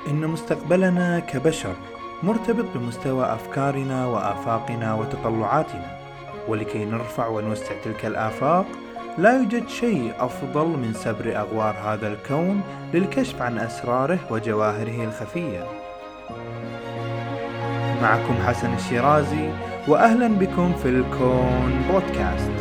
إن مستقبلنا كبشر مرتبط بمستوى أفكارنا وآفاقنا وتطلعاتنا، ولكي نرفع ونوسع تلك الآفاق لا يوجد شيء أفضل من سبر أغوار هذا الكون للكشف عن أسراره وجواهره الخفية. معكم حسن الشيرازي، وأهلا بكم في الكون بودكاست.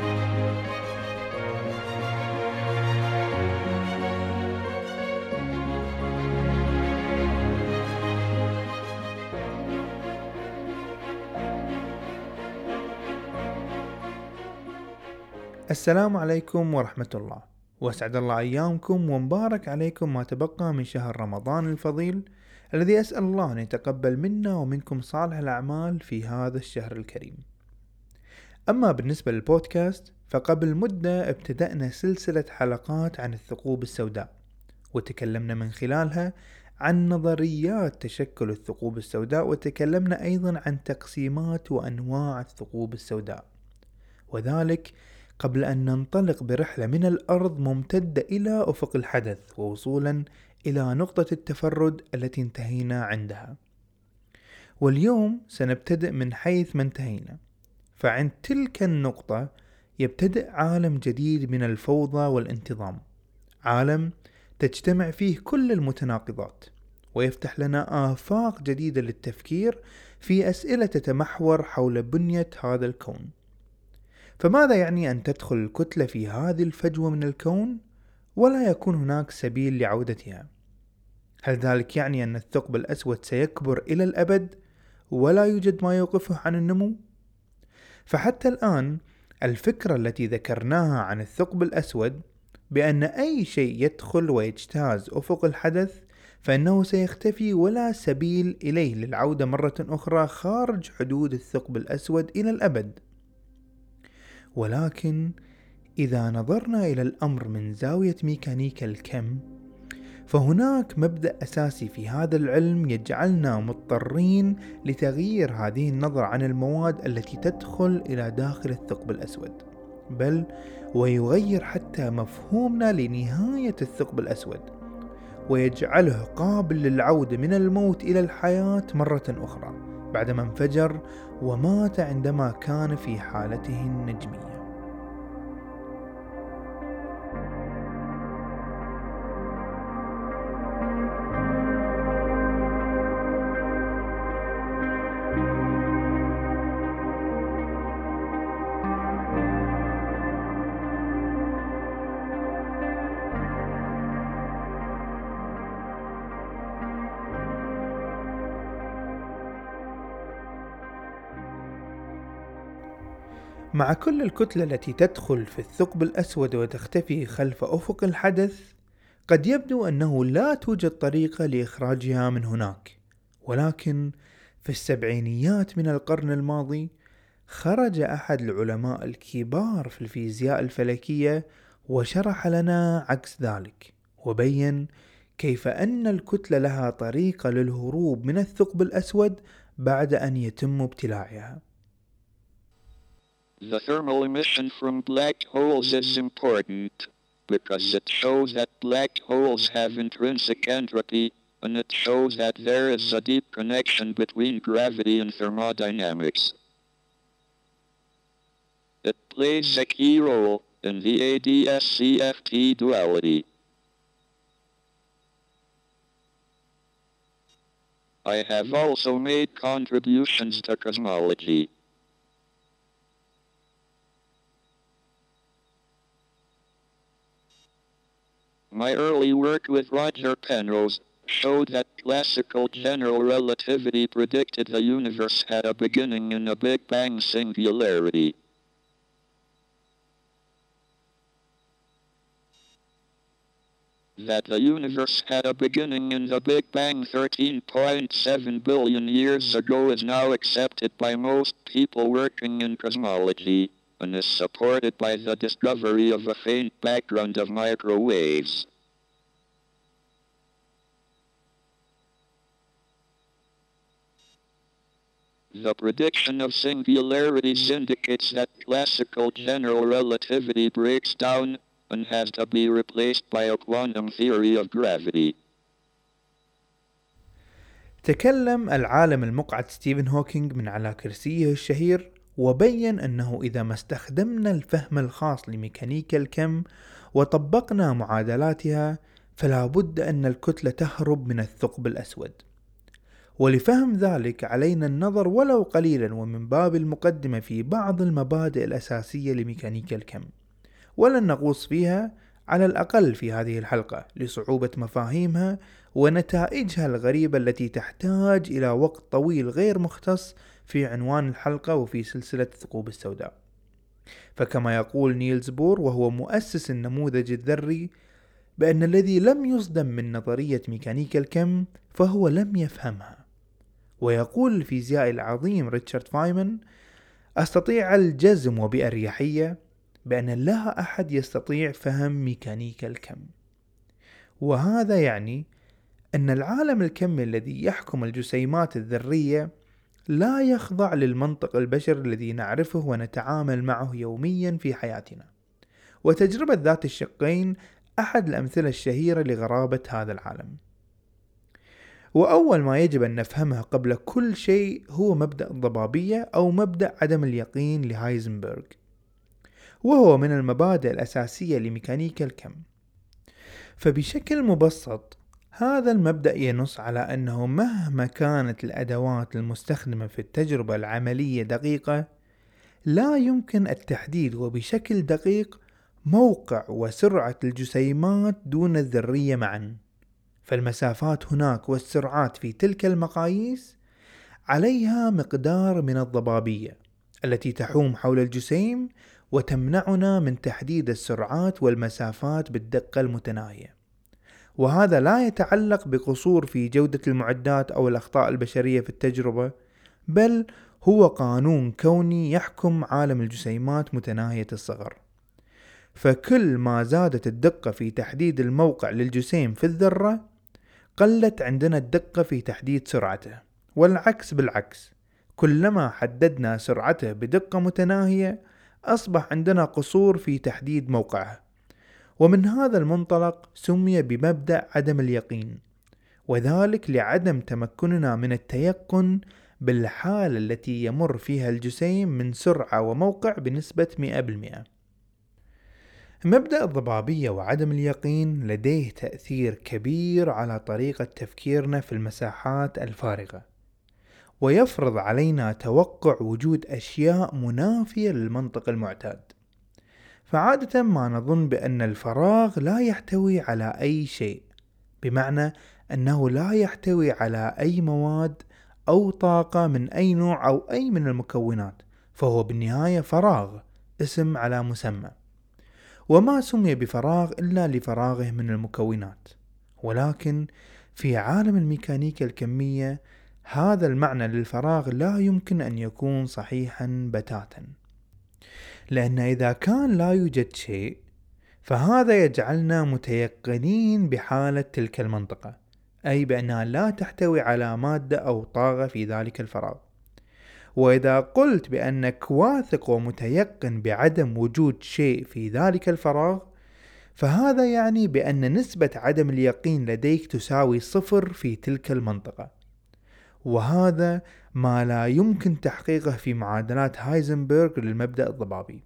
السلام عليكم ورحمة الله، وأسعد الله أيامكم ومبارك عليكم ما تبقى من شهر رمضان الفضيل، الذي أسأل الله أن يتقبل منا ومنكم صالح الأعمال في هذا الشهر الكريم. أما بالنسبة للبودكاست، فقبل مدة ابتدأنا سلسلة حلقات عن الثقوب السوداء، وتكلمنا من خلالها عن نظريات تشكل الثقوب السوداء، وتكلمنا أيضا عن تقسيمات وأنواع الثقوب السوداء، وذلك قبل أن ننطلق برحلة من الأرض ممتدة إلى أفق الحدث، ووصولا إلى نقطة التفرد التي انتهينا عندها. واليوم سنبتدئ من حيث ما انتهينا، فعند تلك النقطة يبتدئ عالم جديد من الفوضى والانتظام، عالم تجتمع فيه كل المتناقضات، ويفتح لنا آفاق جديدة للتفكير في أسئلة تتمحور حول بنية هذا الكون. فماذا يعني أن تدخل الكتلة في هذه الفجوة من الكون ولا يكون هناك سبيل لعودتها؟ هل ذلك يعني أن الثقب الأسود سيكبر إلى الأبد ولا يوجد ما يوقفه عن النمو؟ فحتى الآن الفكرة التي ذكرناها عن الثقب الأسود بأن أي شيء يدخل ويجتاز أفق الحدث فإنه سيختفي ولا سبيل إليه للعودة مرة أخرى خارج حدود الثقب الأسود إلى الأبد. ولكن إذا نظرنا إلى الأمر من زاوية ميكانيكا الكم، فهناك مبدأ أساسي في هذا العلم يجعلنا مضطرين لتغيير هذه النظرة عن المواد التي تدخل إلى داخل الثقب الأسود، بل ويغير حتى مفهومنا لنهاية الثقب الأسود، ويجعله قابل للعودة من الموت إلى الحياة مرة أخرى بعدما انفجر ومات عندما كان في حالته النجمية. مع كل الكتلة التي تدخل في الثقب الأسود وتختفي خلف أفق الحدث، قد يبدو أنه لا توجد طريقة لإخراجها من هناك. ولكن في السبعينيات من القرن الماضي خرج أحد العلماء الكبار في الفيزياء الفلكية وشرح لنا عكس ذلك، وبين كيف أن الكتلة لها طريقة للهروب من الثقب الأسود بعد أن يتم ابتلاعها. The thermal emission from black holes is important because it shows that black holes have intrinsic entropy, and it shows that there is a deep connection between gravity and thermodynamics. It plays a key role in the ADS-CFT duality. I have also made contributions to cosmology. My early work with Roger Penrose showed that classical general relativity predicted the universe had a beginning in a Big Bang singularity. That the universe had a beginning in the Big Bang 13.7 billion years ago is now accepted by most people working in cosmology, and is supported by the discovery of a faint background of microwaves. The prediction of singularities indicates that classical general relativity breaks down and has to be replaced by a quantum theory of gravity. تكلم العالم المقعد ستيفن هوكينج من على كرسيه الشهير، وبين أنه إذا ما استخدمنا الفهم الخاص لميكانيكا الكم وطبقنا معادلاتها، فلا بد أن الكتلة تهرب من الثقب الأسود. ولفهم ذلك علينا النظر ولو قليلا ومن باب المقدمة في بعض المبادئ الأساسية لميكانيكا الكم، ولن نغوص فيها على الأقل في هذه الحلقة لصعوبة مفاهيمها ونتائجها الغريبة التي تحتاج إلى وقت طويل غير مختص في عنوان الحلقة وفي سلسلة الثقوب السوداء. فكما يقول نيلز بور وهو مؤسس النموذج الذري بأن الذي لم يصدم من نظرية ميكانيكا الكم فهو لم يفهمها. ويقول الفيزيائي العظيم ريتشارد فايمن: أستطيع الجزم وبأريحية بأن لا أحد يستطيع فهم ميكانيكا الكم. وهذا يعني أن العالم الكمي الذي يحكم الجسيمات الذرية لا يخضع للمنطق البشري الذي نعرفه ونتعامل معه يوميا في حياتنا. وتجربة ذات الشقين أحد الأمثلة الشهيرة لغرابة هذا العالم. وأول ما يجب أن نفهمه قبل كل شيء هو مبدأ الضبابية أو مبدأ عدم اليقين لهايزنبرغ، وهو من المبادئ الأساسية لميكانيكا الكم. فبشكل مبسط هذا المبدأ ينص على أنه مهما كانت الأدوات المستخدمة في التجربة العملية دقيقة، لا يمكن التحديد وبشكل دقيق موقع وسرعة الجسيمات دون الذرية معا. فالمسافات هناك والسرعات في تلك المقاييس عليها مقدار من الضبابية التي تحوم حول الجسيم وتمنعنا من تحديد السرعات والمسافات بالدقة المتناهية. وهذا لا يتعلق بقصور في جودة المعدات أو الأخطاء البشرية في التجربة، بل هو قانون كوني يحكم عالم الجسيمات متناهية الصغر. فكل ما زادت الدقة في تحديد الموقع للجسيم في الذرة، قلت عندنا الدقة في تحديد سرعته، والعكس بالعكس، كلما حددنا سرعته بدقة متناهية أصبح عندنا قصور في تحديد موقعه. ومن هذا المنطلق سمي بمبدأ عدم اليقين، وذلك لعدم تمكننا من التيقن بالحالة التي يمر فيها الجسيم من سرعة وموقع بنسبة 100%. مبدأ الضبابية وعدم اليقين لديه تأثير كبير على طريقة تفكيرنا في المساحات الفارغة، ويفرض علينا توقع وجود أشياء منافية للمنطق المعتاد. فعادة ما نظن بأن الفراغ لا يحتوي على أي شيء، بمعنى أنه لا يحتوي على أي مواد أو طاقة من أي نوع أو أي من المكونات، فهو بالنهاية فراغ، اسم على مسمى، وما سمي بفراغ إلا لفراغه من المكونات. ولكن في عالم الميكانيكا الكمية هذا المعنى للفراغ لا يمكن أن يكون صحيحا بتاتا، لأن إذا كان لا يوجد شيء فهذا يجعلنا متيقنين بحالة تلك المنطقة، أي بأنها لا تحتوي على مادة أو طاقة في ذلك الفراغ. وإذا قلت بأنك واثق ومتيقن بعدم وجود شيء في ذلك الفراغ، فهذا يعني بأن نسبة عدم اليقين لديك تساوي 0 في تلك المنطقة، وهذا ما لا يمكن تحقيقه في معادلات هايزنبرغ للمبدأ الضبابي.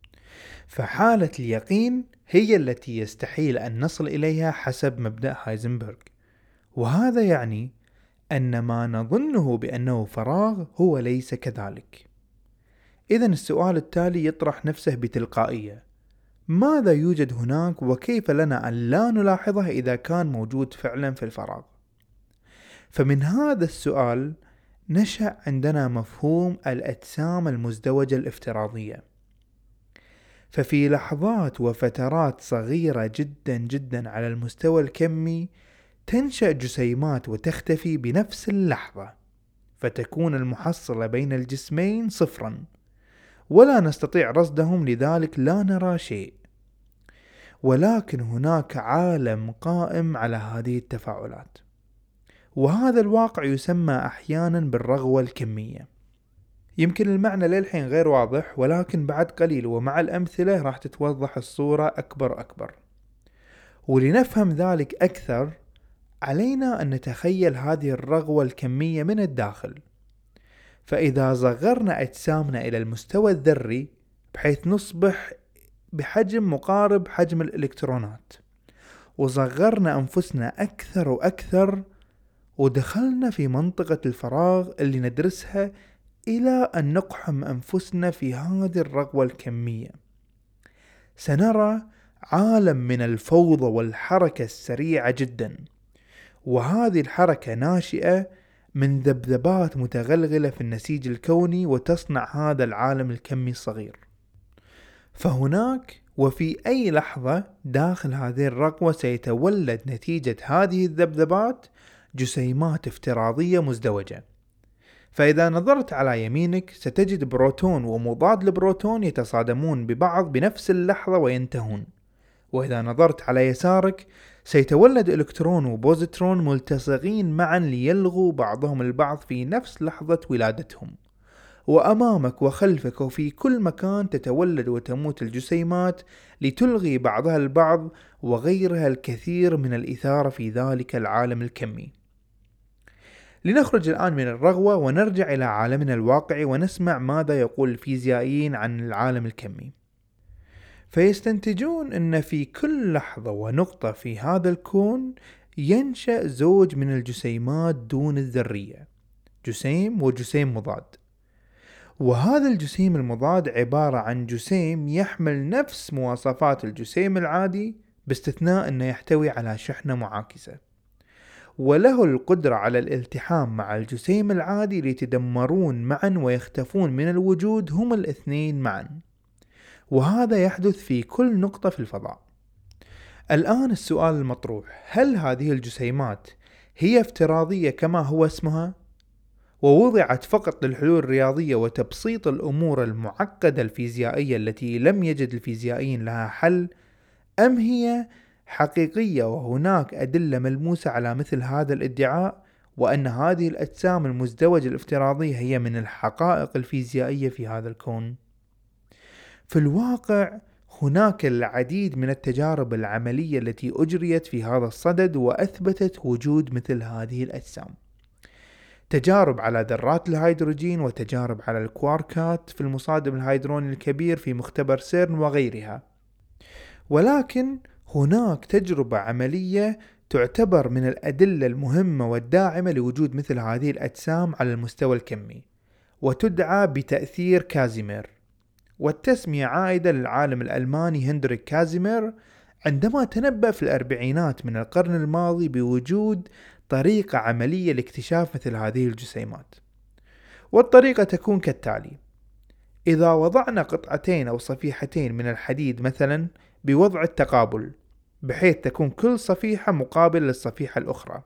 فحالة اليقين هي التي يستحيل أن نصل إليها حسب مبدأ هايزنبرغ، وهذا يعني أن ما نظنه بأنه فراغ هو ليس كذلك. إذن السؤال التالي يطرح نفسه بتلقائية: ماذا يوجد هناك وكيف لنا أن لا نلاحظه إذا كان موجود فعلا في الفراغ؟ فمن هذا السؤال نشأ عندنا مفهوم الأجسام المزدوجة الافتراضية. ففي لحظات وفترات صغيرة جدا جدا على المستوى الكمي تنشأ جسيمات وتختفي بنفس اللحظة، فتكون المحصلة بين الجسمين 0، ولا نستطيع رصدهم، لذلك لا نرى شيء. ولكن هناك عالم قائم على هذه التفاعلات، وهذا الواقع يسمى أحيانا بالرغوة الكمية. يمكن المعنى للحين غير واضح، ولكن بعد قليل ومع الأمثلة راح تتوضح الصورة أكبر. ولنفهم ذلك أكثر علينا أن نتخيل هذه الرغوة الكمية من الداخل. فإذا صغرنا أجسامنا إلى المستوى الذري بحيث نصبح بحجم مقارب حجم الإلكترونات، وصغرنا أنفسنا أكثر وأكثر، ودخلنا في منطقة الفراغ اللي ندرسها إلى أن نقحم أنفسنا في هذه الرغوة الكمية، سنرى عالم من الفوضى والحركة السريعة جدا. وهذه الحركة ناشئة من ذبذبات متغلغلة في النسيج الكوني وتصنع هذا العالم الكمي الصغير. فهناك وفي أي لحظة داخل هذه الرغوة سيتولد نتيجة هذه الذبذبات جسيمات افتراضية مزدوجة. فإذا نظرت على يمينك ستجد بروتون ومضاد لبروتون يتصادمون ببعض بنفس اللحظة وينتهون، وإذا نظرت على يسارك سيتولد إلكترون وبوزيترون ملتصقين معا ليلغوا بعضهم البعض في نفس لحظة ولادتهم. وأمامك وخلفك وفي كل مكان تتولد وتموت الجسيمات لتلغي بعضها البعض وغيرها الكثير من الإثارة في ذلك العالم الكمي. لنخرج الآن من الرغوة ونرجع إلى عالمنا الواقعي ونسمع ماذا يقول الفيزيائيين عن العالم الكمي. فيستنتجون أن في كل لحظة ونقطة في هذا الكون ينشأ زوج من الجسيمات دون الذرية، جسيم وجسيم مضاد. وهذا الجسيم المضاد عبارة عن جسيم يحمل نفس مواصفات الجسيم العادي باستثناء أنه يحتوي على شحنة معاكسة، وله القدرة على الالتحام مع الجسيم العادي ليتدمرون معا ويختفون من الوجود هم الاثنين معا، وهذا يحدث في كل نقطة في الفضاء. الآن السؤال المطروح: هل هذه الجسيمات هي افتراضية كما هو اسمها ووضعت فقط للحلول الرياضية وتبسيط الأمور المعقدة الفيزيائية التي لم يجد الفيزيائيين لها حل، أم هي حقيقية وهناك أدلة ملموسة على مثل هذا الادعاء، وأن هذه الأجسام المزدوجة الافتراضية هي من الحقائق الفيزيائية في هذا الكون؟ في الواقع هناك العديد من التجارب العملية التي أجريت في هذا الصدد وأثبتت وجود مثل هذه الأجسام. تجارب على ذرات الهيدروجين وتجارب على الكواركات في المصادم الهيدروني الكبير في مختبر سيرن وغيرها. ولكن هناك تجربة عملية تعتبر من الأدلة المهمة والداعمة لوجود مثل هذه الأجسام على المستوى الكمي، وتدعى بتأثير كازيمير، والتسمية عائدة للعالم الألماني هندريك كازيمير عندما تنبأ في الأربعينات من القرن الماضي بوجود طريقة عملية لاكتشاف مثل هذه الجسيمات. والطريقة تكون كالتالي: إذا وضعنا قطعتين أو صفيحتين من الحديد مثلا بوضع التقابل بحيث تكون كل صفيحة مقابلة للصفيحة الأخرى،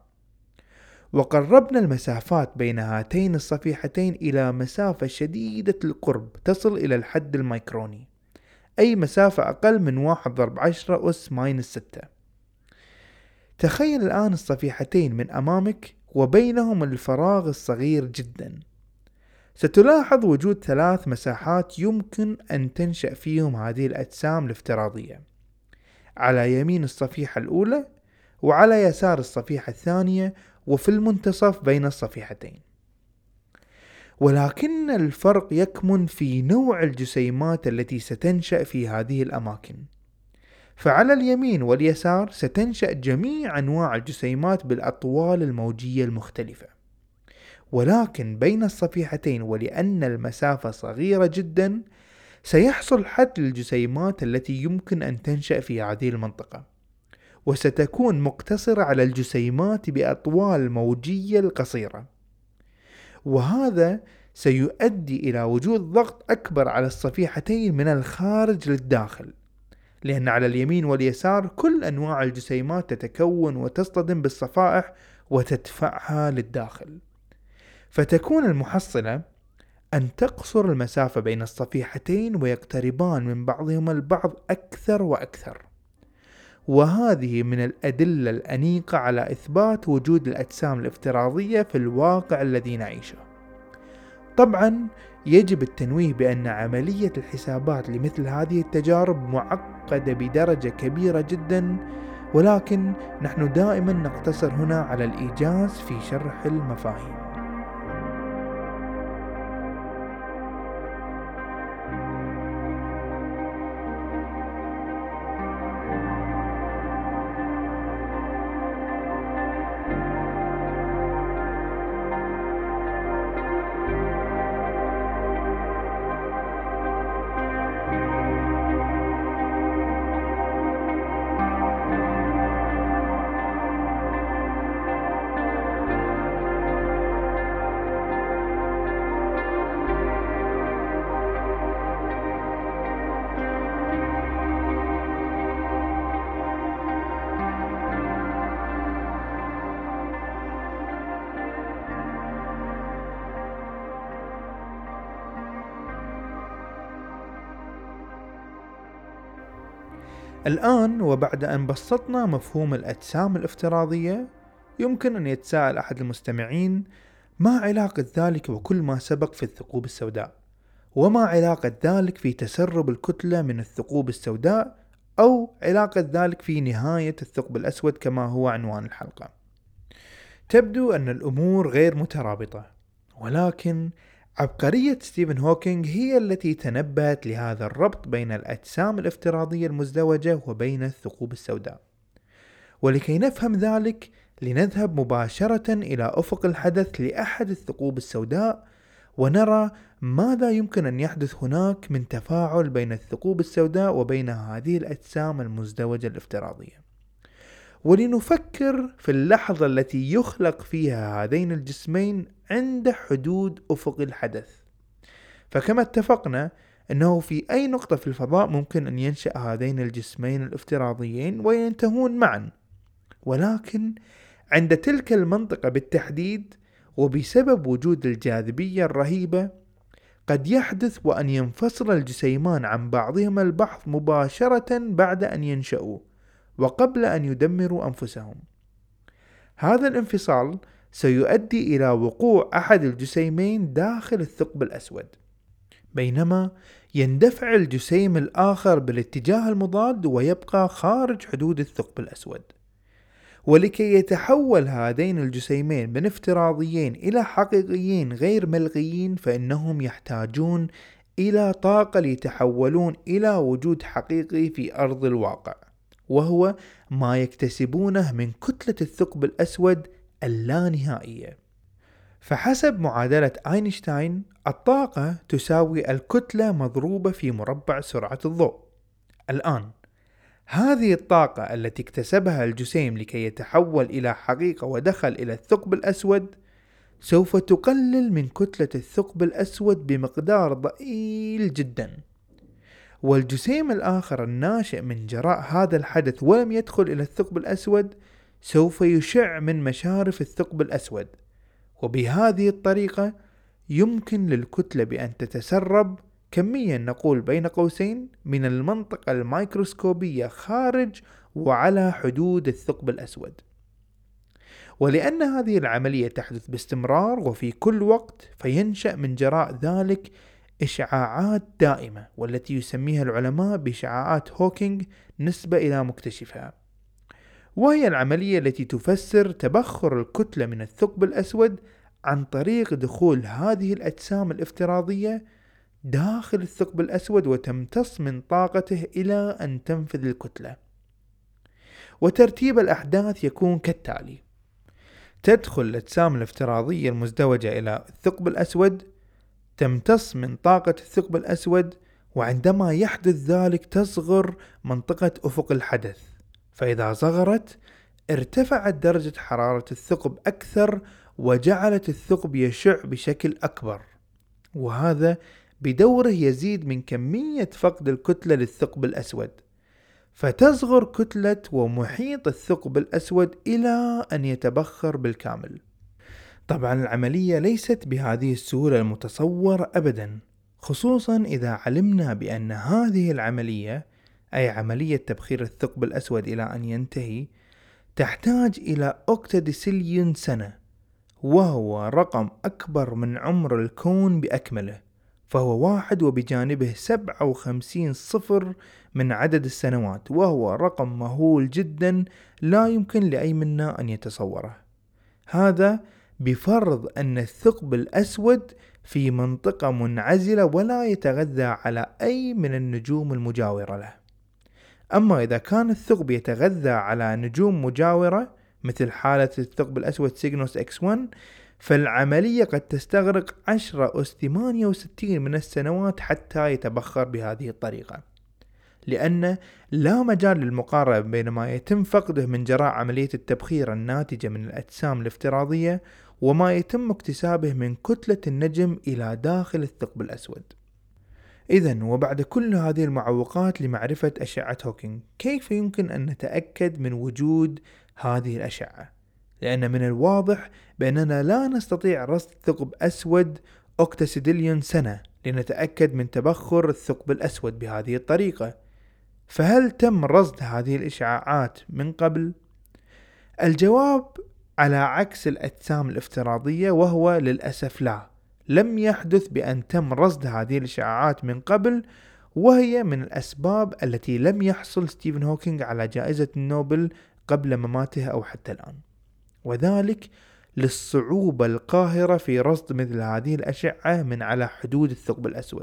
وقربنا المسافات بين هاتين الصفيحتين إلى مسافة شديدة القرب تصل إلى الحد الميكروني، أي مسافة أقل من 1/10⁻⁻⁶. تخيل الآن الصفيحتين من أمامك وبينهم الفراغ الصغير جدا. ستلاحظ وجود 3 مساحات يمكن أن تنشأ فيهم هذه الأجسام الافتراضية: على يمين الصفيحة الأولى، وعلى يسار الصفيحة الثانية، وفي المنتصف بين الصفيحتين. ولكن الفرق يكمن في نوع الجسيمات التي ستنشأ في هذه الأماكن. فعلى اليمين واليسار ستنشأ جميع أنواع الجسيمات بالأطوال الموجية المختلفة، ولكن بين الصفيحتين ولأن المسافة صغيرة جدا سيحصل حد الجسيمات التي يمكن أن تنشأ في هذه المنطقة، وستكون مقتصرة على الجسيمات بأطوال موجية القصيرة. وهذا سيؤدي إلى وجود ضغط أكبر على الصفيحتين من الخارج للداخل، لأن على اليمين واليسار كل أنواع الجسيمات تتكون وتصطدم بالصفائح وتدفعها للداخل. فتكون المحصلة أن تقصر المسافة بين الصفيحتين ويقتربان من بعضهما البعض أكثر وأكثر. وهذه من الأدلة الأنيقة على إثبات وجود الأجسام الافتراضية في الواقع الذي نعيشه. طبعا يجب التنويه بأن عملية الحسابات لمثل هذه التجارب معقدة بدرجة كبيرة جدا، ولكن نحن دائما نقتصر هنا على الإيجاز في شرح المفاهيم. الآن وبعد أن بسطنا مفهوم الأجسام الافتراضية، يمكن أن يتساءل أحد المستمعين: ما علاقة ذلك وكل ما سبق في الثقوب السوداء؟ وما علاقة ذلك في تسرب الكتلة من الثقوب السوداء؟ أو علاقة ذلك في نهاية الثقب الأسود كما هو عنوان الحلقة؟ تبدو أن الأمور غير مترابطة، ولكن عبقرية ستيفن هوكينج هي التي تنبأت لهذا الربط بين الأجسام الافتراضية المزدوجة وبين الثقوب السوداء. ولكي نفهم ذلك، لنذهب مباشرة إلى أفق الحدث لأحد الثقوب السوداء ونرى ماذا يمكن أن يحدث هناك من تفاعل بين الثقوب السوداء وبين هذه الأجسام المزدوجة الافتراضية. ولنفكر في اللحظة التي يخلق فيها هذين الجسمين عند حدود أفق الحدث. فكما اتفقنا أنه في أي نقطة في الفضاء ممكن أن ينشأ هذين الجسمين الافتراضيين وينتهون معا، ولكن عند تلك المنطقة بالتحديد وبسبب وجود الجاذبية الرهيبة قد يحدث وأن ينفصل الجسيمان عن بعضهما البعض مباشرة بعد أن ينشأوا وقبل أن يدمروا أنفسهم. هذا الانفصال سيؤدي إلى وقوع أحد الجسيمين داخل الثقب الأسود، بينما يندفع الجسيم الآخر بالاتجاه المضاد ويبقى خارج حدود الثقب الأسود. ولكي يتحول هذين الجسيمين من افتراضيين إلى حقيقيين غير ملغيين، فإنهم يحتاجون إلى طاقة ليتحولون إلى وجود حقيقي في أرض الواقع، وهو ما يكتسبونه من كتلة الثقب الأسود اللانهائية. فحسب معادلة أينشتاين، الطاقة تساوي الكتلة مضروبة في مربع سرعة الضوء. الآن هذه الطاقة التي اكتسبها الجسيم لكي يتحول إلى حقيقة ودخل إلى الثقب الأسود سوف تقلل من كتلة الثقب الأسود بمقدار ضئيل جدا، والجسيم الآخر الناشئ من جراء هذا الحدث ولم يدخل إلى الثقب الأسود سوف يشع من مشارف الثقب الأسود، وبهذه الطريقة يمكن للكتلة بأن تتسرب كميا نقول بين قوسين من المنطقة الميكروسكوبية خارج وعلى حدود الثقب الأسود. ولأن هذه العملية تحدث باستمرار وفي كل وقت، فينشأ من جراء ذلك إشعاعات دائمة، والتي يسميها العلماء بإشعاعات هوكينج نسبة إلى مكتشفها، وهي العملية التي تفسر تبخر الكتلة من الثقب الأسود عن طريق دخول هذه الأجسام الافتراضية داخل الثقب الأسود وتمتص من طاقته إلى أن تنفذ الكتلة. وترتيب الأحداث يكون كالتالي: تدخل الأجسام الافتراضية المزدوجة إلى الثقب الأسود، تمتص من طاقة الثقب الأسود، وعندما يحدث ذلك تصغر منطقة أفق الحدث، فإذا صغرت ارتفعت درجة حرارة الثقب أكثر وجعلت الثقب يشع بشكل أكبر، وهذا بدوره يزيد من كمية فقد الكتلة للثقب الأسود، فتصغر كتلة ومحيط الثقب الأسود إلى أن يتبخر بالكامل. طبعا العملية ليست بهذه السهولة المتصورة أبدا، خصوصا إذا علمنا بأن هذه العملية، أي عملية تبخير الثقب الأسود إلى أن ينتهي، تحتاج إلى أوكتاديسيليون سنة، وهو رقم أكبر من عمر الكون بأكمله، فهو 1 وبجانبه 57 صفر من عدد السنوات، وهو رقم مهول جدا لا يمكن لأي منا أن يتصوره. هذا بفرض أن الثقب الأسود في منطقة منعزلة ولا يتغذى على أي من النجوم المجاورة له. أما إذا كان الثقب يتغذى على نجوم مجاورة مثل حالة الثقب الأسود سيجنوس X1، فالعملية قد تستغرق 10⁻68 من السنوات حتى يتبخر بهذه الطريقة، لأن لا مجال للمقارنة بين ما يتم فقده من جراء عملية التبخير الناتجة من الأجسام الافتراضية وما يتم اكتسابه من كتلة النجم إلى داخل الثقب الأسود. إذن وبعد كل هذه المعوقات لمعرفة أشعة هوكينج، كيف يمكن أن نتأكد من وجود هذه الأشعة؟ لأن من الواضح بأننا لا نستطيع رصد ثقب أسود أوكتاسيدليون سنة لنتأكد من تبخر الثقب الأسود بهذه الطريقة. فهل تم رصد هذه الإشعاعات من قبل؟ الجواب على عكس الأجسام الافتراضية، وهو للأسف لا، لم يحدث بأن تم رصد هذه الإشعاعات من قبل، وهي من الأسباب التي لم يحصل ستيفن هوكينج على جائزة النوبل قبل مماته أو حتى الآن، وذلك للصعوبة القاهرة في رصد مثل هذه الأشعة من على حدود الثقب الأسود.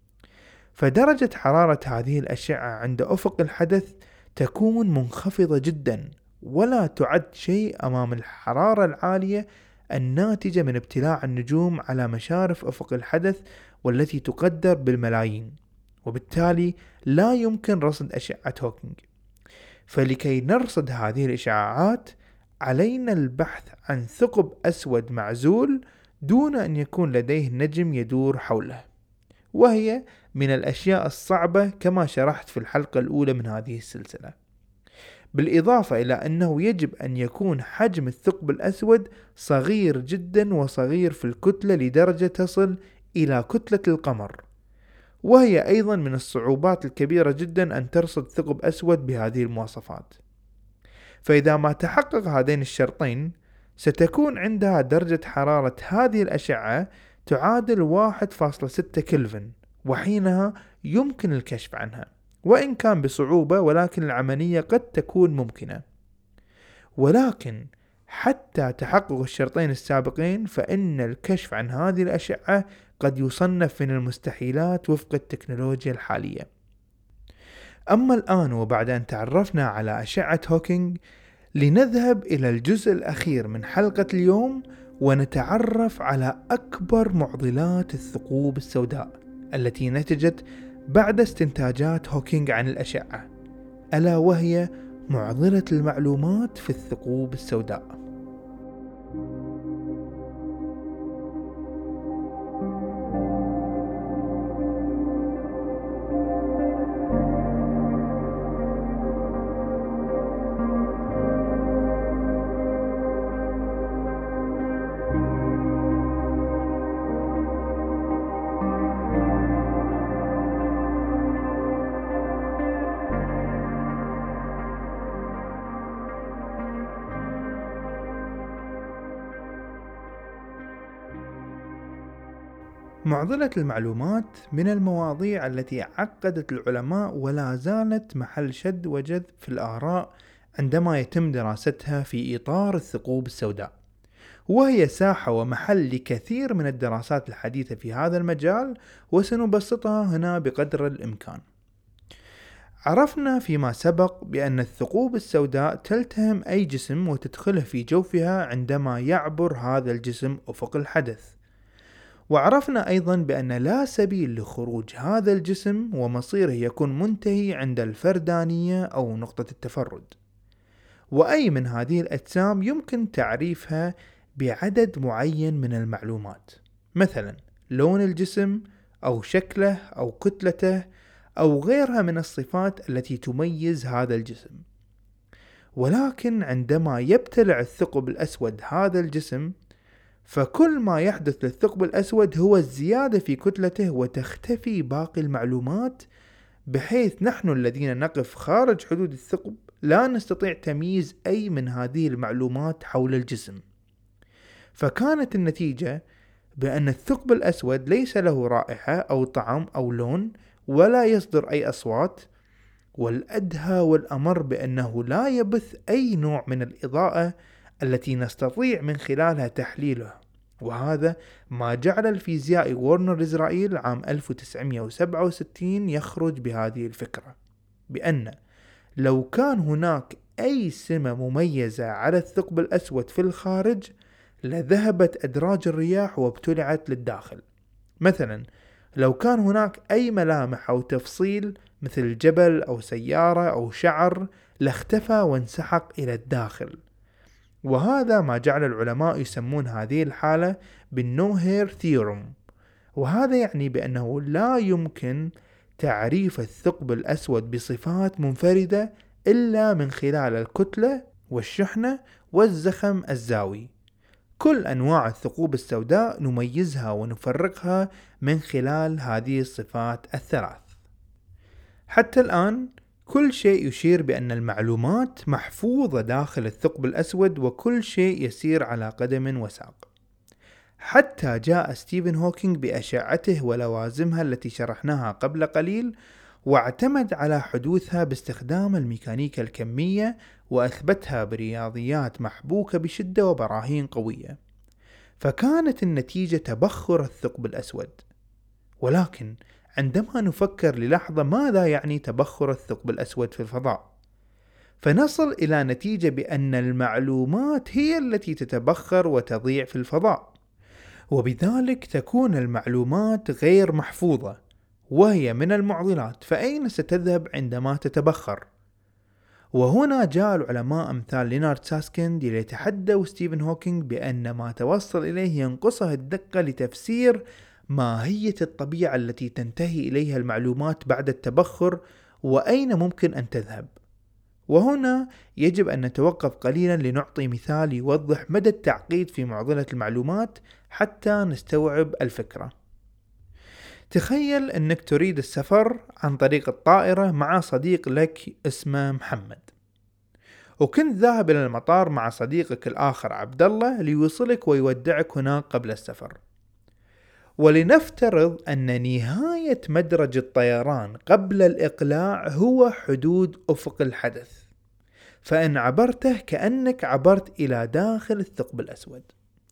فدرجة حرارة هذه الأشعة عند أفق الحدث تكون منخفضة جدا، ولا تعد شيء أمام الحرارة العالية الناتجة من ابتلاع النجوم على مشارف أفق الحدث والتي تقدر بالملايين، وبالتالي لا يمكن رصد أشعة هوكينج. فلكي نرصد هذه الإشعاعات علينا البحث عن ثقب أسود معزول دون أن يكون لديه نجم يدور حوله، وهي من الأشياء الصعبة كما شرحت في الحلقة الأولى من هذه السلسلة. بالإضافة إلى أنه يجب أن يكون حجم الثقب الأسود صغير جدا وصغير في الكتلة لدرجة تصل إلى كتلة القمر، وهي أيضا من الصعوبات الكبيرة جدا أن ترصد ثقب أسود بهذه المواصفات. فإذا ما تحقق هذين الشرطين، ستكون عندها درجة حرارة هذه الأشعة تعادل 1.6 كلفن، وحينها يمكن الكشف عنها، وإن كان بصعوبة، ولكن العملية قد تكون ممكنة. ولكن حتى تحقق الشرطين السابقين، فإن الكشف عن هذه الأشعة قد يصنف من المستحيلات وفق التكنولوجيا الحالية. أما الآن وبعد أن تعرفنا على أشعة هوكينج، لنذهب إلى الجزء الأخير من حلقة اليوم ونتعرف على أكبر معضلات الثقوب السوداء التي نتجت بعد استنتاجات هوكينج عن الأشعة، ألا وهي معضلة المعلومات في الثقوب السوداء. معضلة المعلومات من المواضيع التي عقدت العلماء ولا زالت محل شد وجذب في الآراء عندما يتم دراستها في إطار الثقوب السوداء، وهي ساحة ومحل لكثير من الدراسات الحديثة في هذا المجال، وسنبسطها هنا بقدر الإمكان. عرفنا فيما سبق بأن الثقوب السوداء تلتهم أي جسم وتدخله في جوفها عندما يعبر هذا الجسم أفق الحدث، وعرفنا أيضا بأن لا سبيل لخروج هذا الجسم ومصيره يكون منتهي عند الفردانية أو نقطة التفرد، وأي من هذه الأجسام يمكن تعريفها بعدد معين من المعلومات، مثلا لون الجسم أو شكله أو كتلته أو غيرها من الصفات التي تميز هذا الجسم. ولكن عندما يبتلع الثقب الأسود هذا الجسم، فكل ما يحدث للثقب الأسود هو الزيادة في كتلته وتختفي باقي المعلومات، بحيث نحن الذين نقف خارج حدود الثقب لا نستطيع تمييز أي من هذه المعلومات حول الجسم. فكانت النتيجة بأن الثقب الأسود ليس له رائحة أو طعم أو لون ولا يصدر أي أصوات، والأدهى والأمر بأنه لا يبث أي نوع من الإضاءة التي نستطيع من خلالها تحليله. وهذا ما جعل الفيزيائي وورنر إسرائيل عام 1967 يخرج بهذه الفكرة، بأن لو كان هناك أي سمة مميزة على الثقب الأسود في الخارج لذهبت أدراج الرياح وابتلعت للداخل. مثلا لو كان هناك أي ملامح أو تفصيل مثل جبل أو سيارة أو شعر لاختفى وانسحق إلى الداخل. وهذا ما جعل العلماء يسمون هذه الحالة بالنو هير ثيورم، وهذا يعني بأنه لا يمكن تعريف الثقب الأسود بصفات منفردة إلا من خلال الكتلة والشحنة والزخم الزاوي. كل أنواع الثقوب السوداء نميزها ونفرقها من خلال هذه الصفات الثلاث. حتى الآن كل شيء يشير بأن المعلومات محفوظة داخل الثقب الأسود، وكل شيء يسير على قدم وساق، حتى جاء ستيفن هوكينج بأشعته ولوازمها التي شرحناها قبل قليل، واعتمد على حدوثها باستخدام الميكانيكا الكمية، وأثبتها برياضيات محبوكة بشدة وبراهين قوية، فكانت النتيجة تبخر الثقب الأسود. ولكن عندما نفكر للحظة ماذا يعني تبخر الثقب الأسود في الفضاء، فنصل إلى نتيجة بأن المعلومات هي التي تتبخر وتضيع في الفضاء، وبذلك تكون المعلومات غير محفوظة وهي من المعضلات، فأين ستذهب عندما تتبخر؟ وهنا جاء العلماء أمثال لينارد ساسكيند ليتحدوا ستيفن هوكينج بأن ما توصل إليه ينقصه الدقة لتفسير ماهية الطبيعة التي تنتهي إليها المعلومات بعد التبخر وأين ممكن أن تذهب. وهنا يجب أن نتوقف قليلا لنعطي مثال يوضح مدى التعقيد في معضلة المعلومات حتى نستوعب الفكرة. تخيل أنك تريد السفر عن طريق الطائرة مع صديق لك اسمه محمد، وكنت ذاهب إلى المطار مع صديقك الآخر عبد الله ليوصلك ويودعك هناك قبل السفر. ولنفترض أن نهاية مدرج الطيران قبل الإقلاع هو حدود أفق الحدث، فإن عبرته كأنك عبرت إلى داخل الثقب الأسود.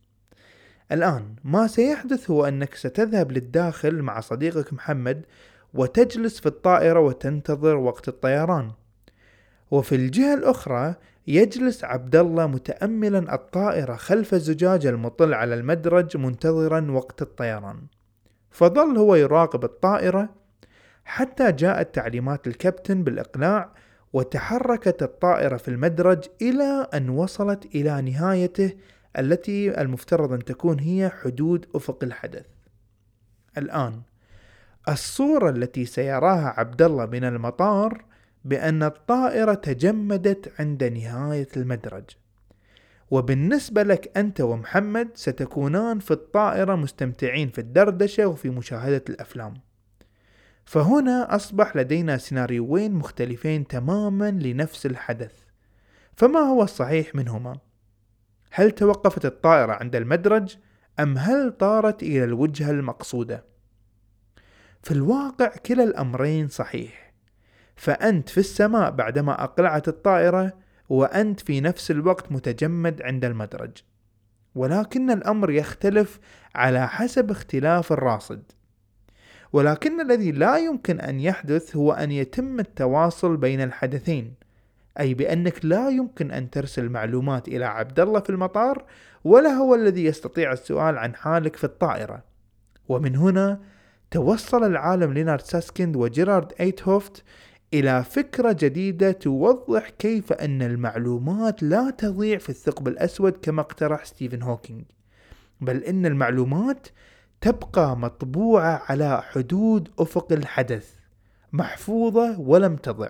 الآن ما سيحدث هو أنك ستذهب للداخل مع صديقك محمد وتجلس في الطائرة وتنتظر وقت الطيران، وفي الجهة الأخرى يجلس عبد الله متأملا الطائرة خلف الزجاج المطل على المدرج منتظرا وقت الطيران. فظل هو يراقب الطائرة حتى جاءت تعليمات الكابتن بالإقلاع، وتحركت الطائرة في المدرج إلى أن وصلت إلى نهايته التي المفترض أن تكون هي حدود أفق الحدث. الآن الصورة التي سيراها عبد الله من المطار بأن الطائرة تجمدت عند نهاية المدرج، وبالنسبة لك أنت ومحمد ستكونان في الطائرة مستمتعين في الدردشة وفي مشاهدة الأفلام. فهنا أصبح لدينا سيناريوين مختلفين تماما لنفس الحدث، فما هو الصحيح منهما؟ هل توقفت الطائرة عند المدرج أم هل طارت إلى الوجهة المقصودة؟ في الواقع كلا الأمرين صحيح، فأنت في السماء بعدما أقلعت الطائرة، وأنت في نفس الوقت متجمد عند المدرج، ولكن الأمر يختلف على حسب اختلاف الراصد. ولكن الذي لا يمكن أن يحدث هو أن يتم التواصل بين الحدثين، أي بأنك لا يمكن أن ترسل معلومات إلى عبد الله في المطار ولا هو الذي يستطيع السؤال عن حالك في الطائرة. ومن هنا توصل العالم لينارد ساسكيند وجيرارد ايتهوفت إلى فكرة جديدة توضح كيف أن المعلومات لا تضيع في الثقب الأسود كما اقترح ستيفن هوكينج، بل إن المعلومات تبقى مطبوعة على حدود أفق الحدث محفوظة ولم تضع.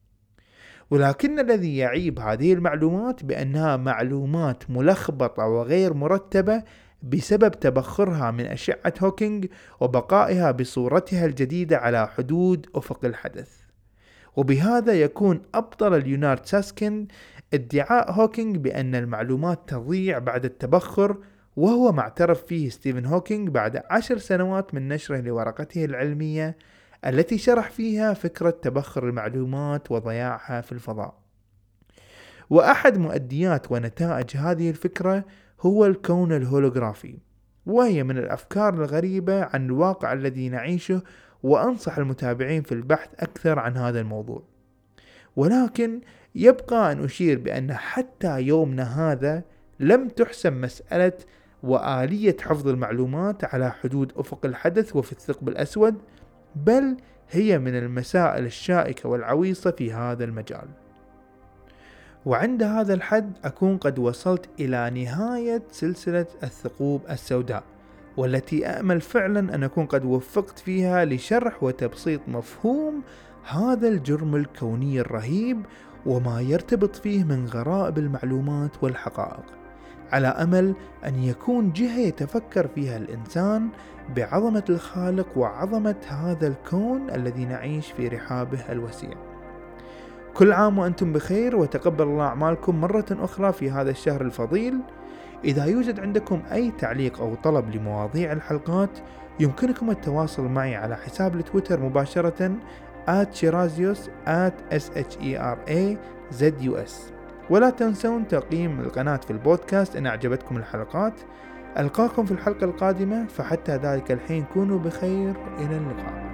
ولكن الذي يعيب هذه المعلومات بأنها معلومات ملخبطة وغير مرتبة بسبب تبخرها من أشعة هوكينج وبقائها بصورتها الجديدة على حدود أفق الحدث. وبهذا يكون أبطل ليونارد ساسكيند ادعاء هوكينج بأن المعلومات تضيع بعد التبخر، وهو ما اعترف فيه ستيفن هوكينج بعد 10 سنوات من نشره لورقته العلمية التي شرح فيها فكرة تبخر المعلومات وضياعها في الفضاء. وأحد مؤديات ونتائج هذه الفكرة هو الكون الهولوغرافي، وهي من الأفكار الغريبة عن الواقع الذي نعيشه، وأنصح المتابعين في البحث أكثر عن هذا الموضوع. ولكن يبقى أن أشير بأن حتى يومنا هذا لم تحسم مسألة وآلية حفظ المعلومات على حدود أفق الحدث وفي الثقب الأسود، بل هي من المسائل الشائكة والعويصة في هذا المجال. وعند هذا الحد أكون قد وصلت إلى نهاية سلسلة الثقوب السوداء، والتي أأمل فعلا أن أكون قد وفقت فيها لشرح وتبسيط مفهوم هذا الجرم الكوني الرهيب وما يرتبط فيه من غرائب المعلومات والحقائق، على أمل أن يكون جهة يتفكر فيها الإنسان بعظمة الخالق وعظمة هذا الكون الذي نعيش في رحابه الوسيع. كل عام وأنتم بخير، وتقبل الله أعمالكم مرة أخرى في هذا الشهر الفضيل. إذا يوجد عندكم أي تعليق أو طلب لمواضيع الحلقات يمكنكم التواصل معي على حساب التويتر مباشرة @shirazius @SHERAZUS. ولا تنسون تقييم القناة في البودكاست إن أعجبتكم الحلقات. ألقاكم في الحلقة القادمة، فحتى ذلك الحين كونوا بخير، إلى اللقاء.